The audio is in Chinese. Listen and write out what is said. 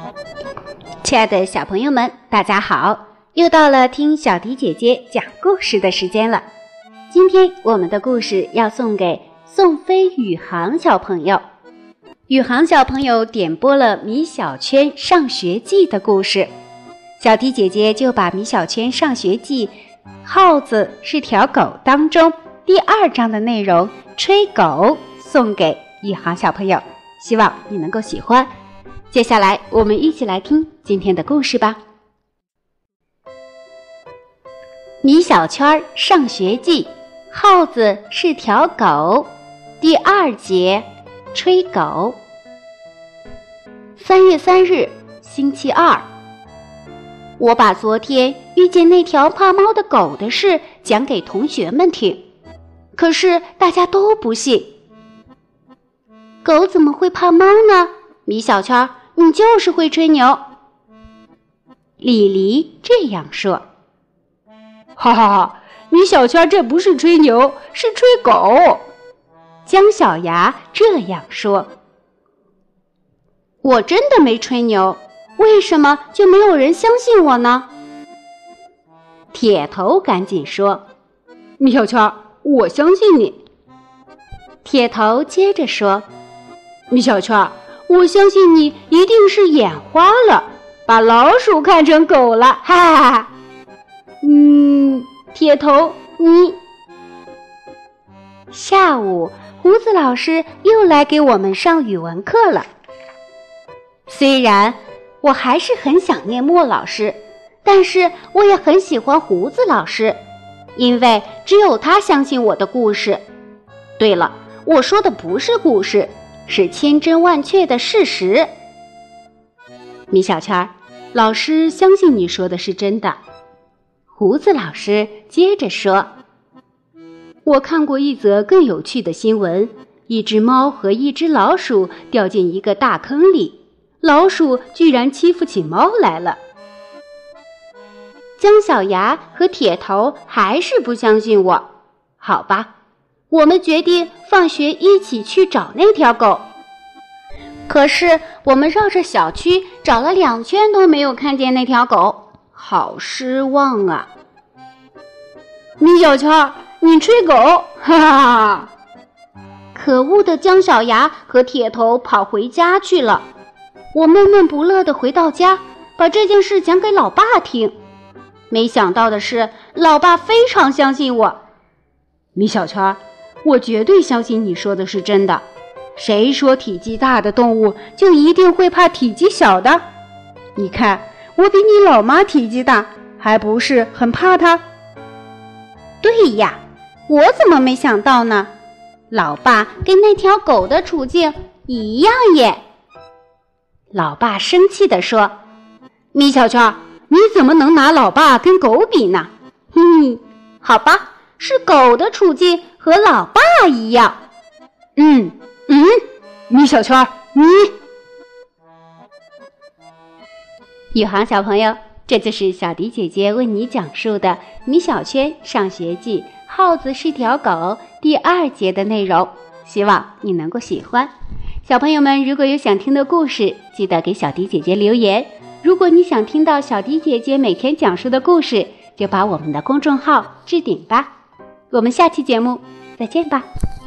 亲爱的小朋友们，大家好！又到了听小迪姐姐讲故事的时间了。今天我们的故事要送给宋飞宇航小朋友。宇航小朋友点播了米小圈上学记的故事，小迪姐姐就把米小圈上学记耗子是条狗当中第2章的内容吹狗送给宇航小朋友，希望你能够喜欢。接下来我们一起来听今天的故事吧。米小圈上学记，耗子是条狗，第2节，吹狗。3月3日，星期二，我把昨天遇见那条怕猫的狗的事讲给同学们听，可是大家都不信。狗怎么会怕猫呢？米小圈，你就是会吹牛。李黎这样说。 哈哈哈，米小圈这不是吹牛，是吹狗。 姜小牙这样说。我真的没吹牛，为什么就没有人相信我呢？铁头赶紧说。 米小圈，我相信你。 铁头接着说。 米小圈，我相信你一定是眼花了，把老鼠看成狗了，哈哈哈。 铁头，你……下午，胡子老师又来给我们上语文课了。虽然我还是很想念莫老师，但是我也很喜欢胡子老师，因为只有他相信我的故事。对了，我说的不是故事，是千真万确的事实。米小圈，老师相信你说的是真的。胡子老师接着说，我看过一则更有趣的新闻，一只猫和一只老鼠掉进一个大坑里，老鼠居然欺负起猫来了。姜小牙和铁头还是不相信我。好吧，我们决定放学一起去找那条狗。可是我们绕着小区找了2圈都没有看见那条狗，好失望啊。 米小圈，你吹狗，哈哈哈。 可恶的姜小牙和铁头跑回家去了。我闷闷不乐地回到家，把这件事讲给老爸听。没想到的是，老爸非常相信我。 米小圈，我绝对相信你说的是真的。谁说体积大的动物就一定会怕体积小的？你看，我比你老妈体积大，还不是很怕它？ 对呀，我怎么没想到呢？老爸跟那条狗的处境一样耶。老爸生气地说， 米小圈，你怎么能拿老爸跟狗比呢？ 好吧，是狗的处境和老爸一样。 米小圈，你…… 宇航小朋友，这就是小迪姐姐为你讲述的米小圈上学记，耗子是条狗第2节的内容，希望你能够喜欢。小朋友们，如果有想听的故事，记得给小迪姐姐留言。如果你想听到小迪姐姐每天讲述的故事，就把我们的公众号置顶吧。我们下期节目再见吧。